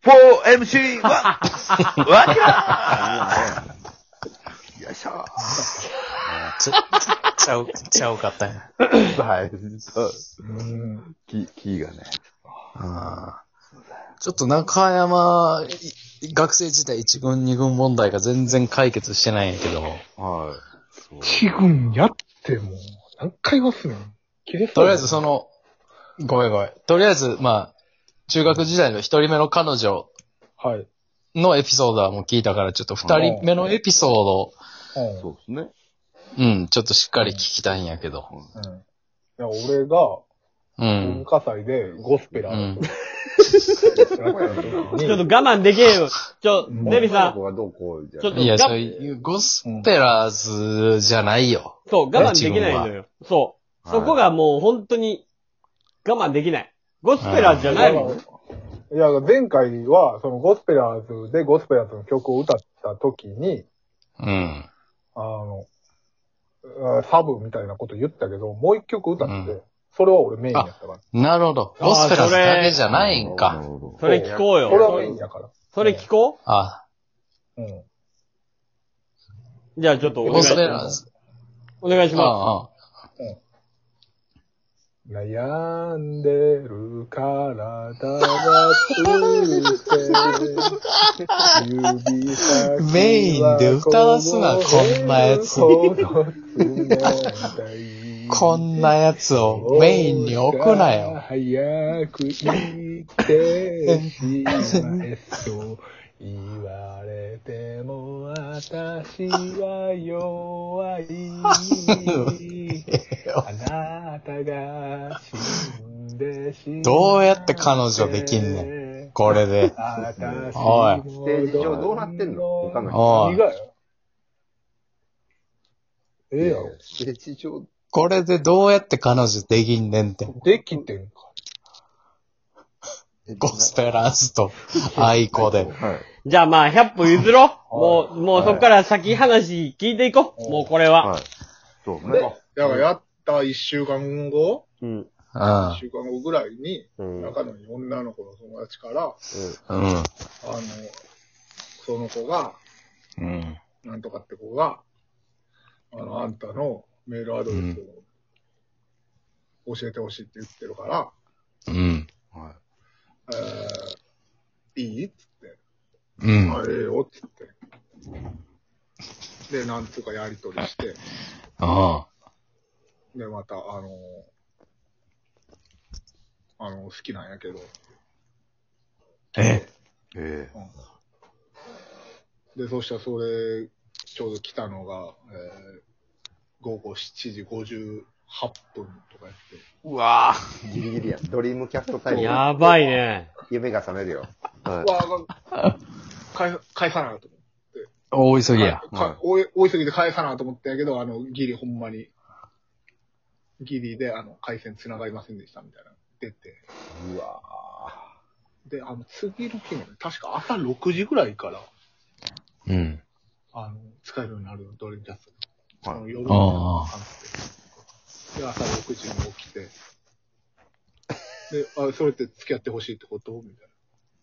4MC1 わきらーよいしょちゃうかったんや。 はい。そう。キーがね。 ちょっと中山、学生時代1軍2軍問題が全然解決してないんやけど。 はい。 一軍やっても、何回はすねん。 とりあえずごめん。とりあえず、まあ、中学時代の一人目の彼女のエピソードはもう聞いたから、ちょっと二人目のエピソード、 そうですね。 ちょっとしっかり聞きたいんやけど。 いや、俺が、文化祭でゴスペラーズ。 ちょっと我慢できへんよ。デビさん。 いや、そういうゴスペラーズじゃないよ。 そう、我慢できないのよ。そう。そこがもう本当に我慢できない。ゴスペラーズじゃないもん。 いや、前回は、そのゴスペラーズでゴスペラーズの曲を歌った時に、サブみたいなこと言ったけど、もう一曲歌って、それは俺メインやったから。 なるほど。ゴスペラーズだけじゃないんか。 それ聞こうよ。 それはメインやから。 それ聞こう。じゃあちょっとゴスペラーズ。 お願いします。 悩んでる体がつって指先メインで歌わすな、こんなやつ。こんなやつをメインに置くなよ。 早く行ってしまえそう言われても私は弱い。あなたが死んでしまえどうやって彼女できんねん。これで。おい。 ステージ上どうなってんの他の人。 おい。 ステージ上。 これでどうやって彼女できんねんって。 できてんか。 ゴスペラーズとアイコで。 じゃあまあ100歩譲ろう。もうそっから先話聞いていこう。もうこれは。 そうね。 だからやった1週間後、 1 週間後ぐらいに、中野に女の子の友達から、その子が、なんとかって子が、あんたのメールアドレスを教えてほしいって言ってるから、いいっつって、ええよっつって。で、なんつうかやりとりして、で、また、好きなんやけど。で、そしたらそれ、ちょうど来たのが、午後7時58分とかやって。 うわぁ。ギリギリや。ドリームキャストタイム。 やばいね。 夢が覚めるよ。 返さなと思って。 大急ぎや。 大急ぎで返さなと思ったんやけど、ギリほんまに、ギリで、回線繋がりませんでしたみたいな。出て。 うわぁ。で、次の日のね、確か朝6時ぐらいから、使えるようになるドリームキャスト。夜ので、朝6時に起きて、で、それって付き合ってほしいってことみたいな。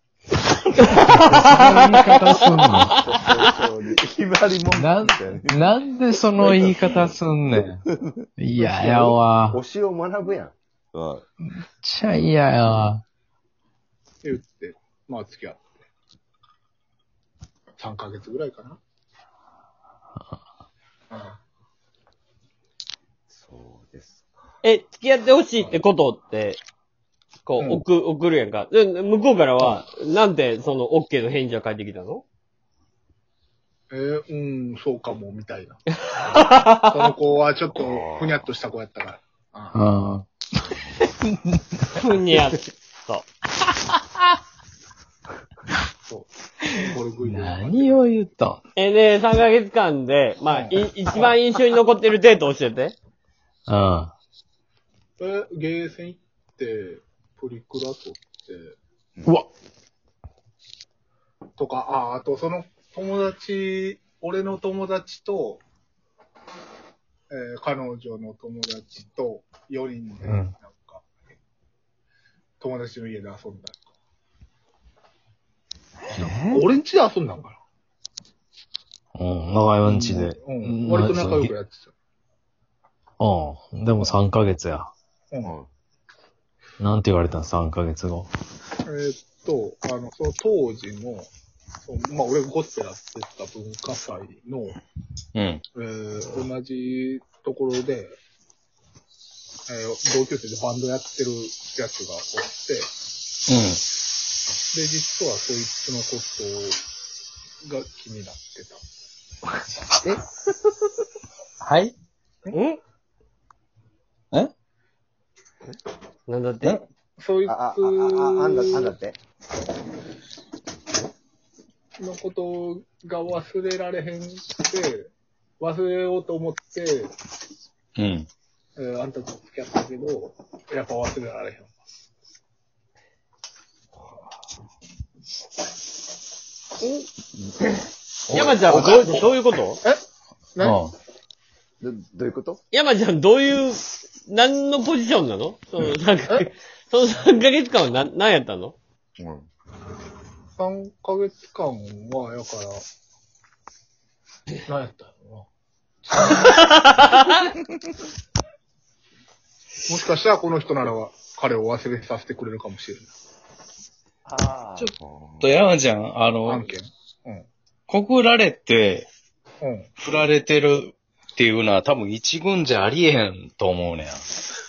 その言い方すんの決まりもん。 なんでその言い方すんねん。嫌やわ。 推しを学ぶやん。 めっちゃ嫌やわ。 言って、まあ付き合って。3ヶ月ぐらいかな。 そうですか。 付き合ってほしいってことって、こう、送るやんか。で、向こうからは、なんでその OK の返事が返ってきたの？ そうかも、みたいな。その子はちょっと、ふにゃっとした子やったから。 ふにゃっと。 そう。 何を言ったん？ で、3ヶ月間で、まあ、一番印象に残ってるデート教えて。 ゲーセン行って、プリクラ撮って。 うわとか、あとその友達、俺の友達と、彼女の友達と4人で、なんか、友達の家で遊んだりとか。 俺んちで遊んだんかうん、長山んちで。 な。うん。割と仲良くやってた。 うん。でも3ヶ月や。 うん。 なんて言われたん ?3 ヶ月後。 その当時の、まあ、俺がゴスペラって言った文化祭の、 うん。 同じところで、同級生でバンドやってるやつがおって、で、実はそいつのことが気になってた。 はいんえなんだってそいつなんだってのことが忘れられへんくて、忘れようと思って、 うん。 あんたと付き合ったけど、やっぱ忘れられへんわ。 山ちゃんはどういうこと何どういうこと？ 山ちゃんどういう、何のポジションなのその3ヶ月間は何やったの 3ヶ月間は、やから、何やったのもしかしたらこの人なら彼を忘れさせてくれるかもしれない。 ちょっと山ちゃん、 案件。 告られて、 うん。 振られてるっていうのは多分一軍じゃありえへんと思うねん。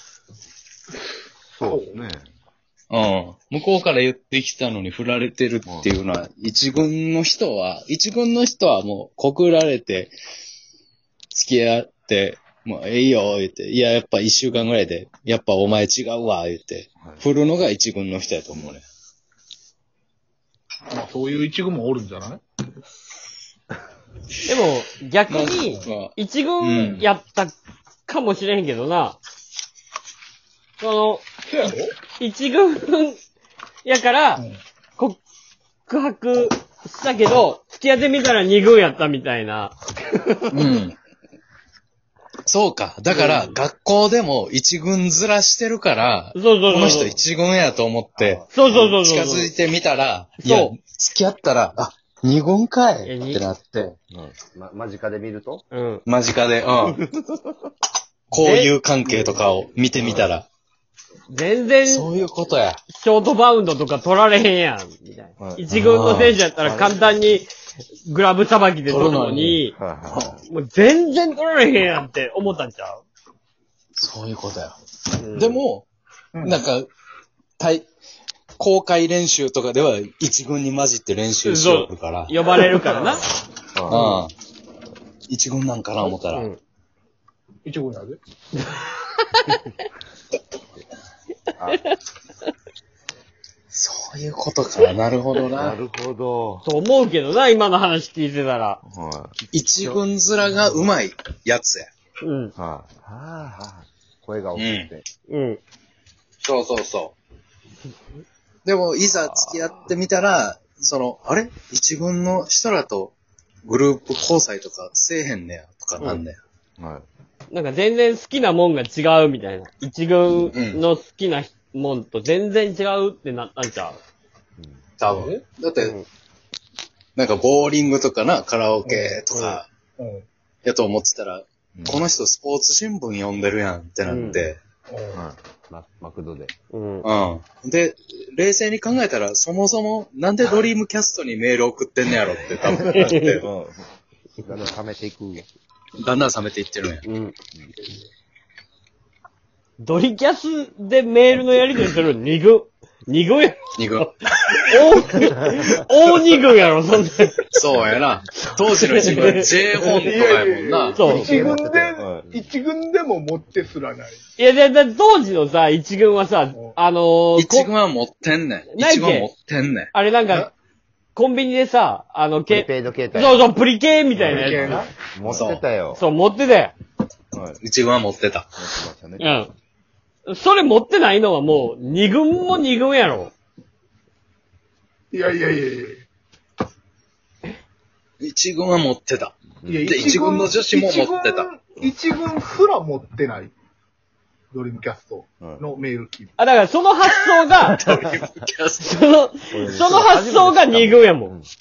そうですね。 うん。向こうから言ってきたのに振られてるっていうのは、一軍の人はもう告られて、付き合って、もういいよ、言って、いや、やっぱ一週間ぐらいで、やっぱお前違うわ、言って、振るのが一軍の人やと思うね。 まあ、そういう一軍もおるんじゃない？ でも、逆に、一軍やったかもしれへんけどな。一軍やから、告白したけど、付き合ってみたら二軍やったみたいな。 うん。そうか。だから、学校でも一軍ずらしてるから、この人一軍やと思って、近づいてみたら、いや、付き合ったら、あ、二軍かいってなって、 間近で見ると間近で、こういう関係とかを見てみたら、 全然、 そういうことや。 ショートバウンドとか取られへんやん、みたいな。一軍の選手やったら簡単にグラブさばきで取るのに、もう全然取られへんやんって思ったんちゃう？ そういうことや。でも、なんか、公開練習とかでは一軍に混じって練習しよるから。 呼ばれるからな。 一軍なんかな思ったら。 一軍やで。 そういうことか。なるほどな。 なるほど。 と思うけどな、今の話聞いてたら。 一軍面がうまいやつや。 声が大きくて。 そう。でも、いざ付き合ってみたら、あれ一軍の人らとグループ交際とかせえへんねや、とかなんねや。 なんか全然好きなもんが違うみたいな。一軍の好きなもんと全然違うってなったんちゃう？ 多分。だって、なんかボーリングとかな、カラオケとか、やと思ってたら、この人スポーツ新聞読んでるやんってなって、 マクドで。 で、冷静に考えたら、そもそも、なんでドリームキャストにメール送ってんねやろって多分なって。 だんだん冷めていく。 だんだん冷めていってるんや。 ドリキャスでメールのやり取りするの二軍や。 二軍。 大二軍やろ、そんな。 そうやな。当時の一軍、J 本とかやもんな。 そう。 一軍でも持ってすらない。 いや、当時のさ、一軍はさ、 一軍は持ってんねん。一軍持ってんねん。 あれなんか、コンビニでさ、 プリペイド携帯。 そう、プリケみたいなやつ。持ってたよ。 そう、持ってたよ。 一軍は持ってた。 それ持ってないのはもう、二軍も二軍やろ。 いや。 一軍は持ってた。で、一軍の女子も持ってた。 一軍すら持ってない。 ドリームキャストのメール聞いて。 あ、だからその発想が、その発想が2軍やもん。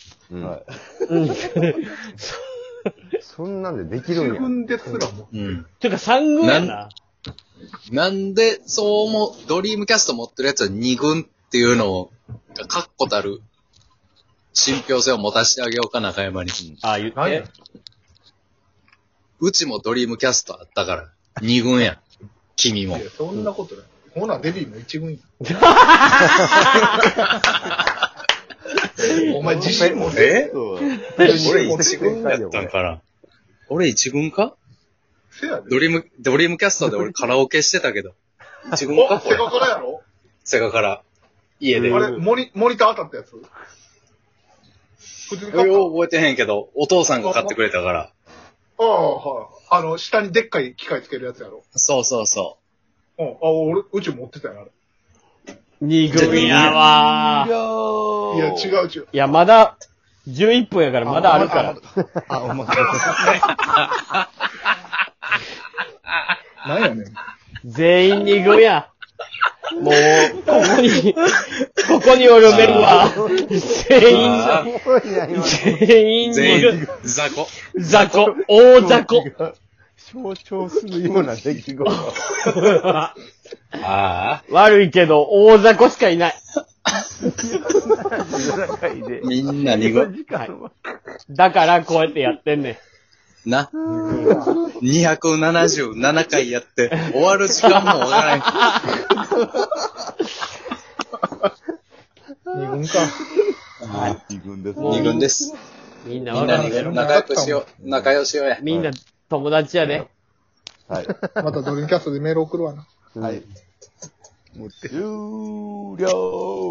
そんなんでできるんや。 1軍ですらも。 てか3軍やな。 なんで、そうドリームキャスト持ってるやつは2軍っていうのを、確固たる信憑性を持たせてあげようか、中山に。 あ、言って。 うちもドリームキャストあったから、2軍や。君も。 いや、そんなことない。ほな、デビーも1軍や。お前自信持て。 俺1軍やったんかな。俺1軍かせやで。 ドリームキャストで俺カラオケしてたけど。1軍かセガからやろセガから。家で。 あれ、モニター当たったやつ普通に買った。 覚えてへんけど、お父さんが買ってくれたから。 ああ、はい。下にでっかい機械つけるやつやろ。 そうそうそうん。うち持ってたよ、あれ。 2軍やわー。 いや、違う。 いや、まだ、11分やからまだあるから。 お前。 なんやねん。 全員2軍や。もう、ここにおるメンバー、全員2軍。 雑魚。 大雑魚。 象徴するような出来事。 悪いけど、大雑魚しかいない。 みんな2軍。 だからこうやってやってんねん。 な。277回やって、終わる時間もわからない。 2軍か。 2軍です。 2軍です。 みんな仲良くしよう。仲良しようや。 みんな友達やで。 はい。 またドリームキャストでメール送るわな。 はい。終了。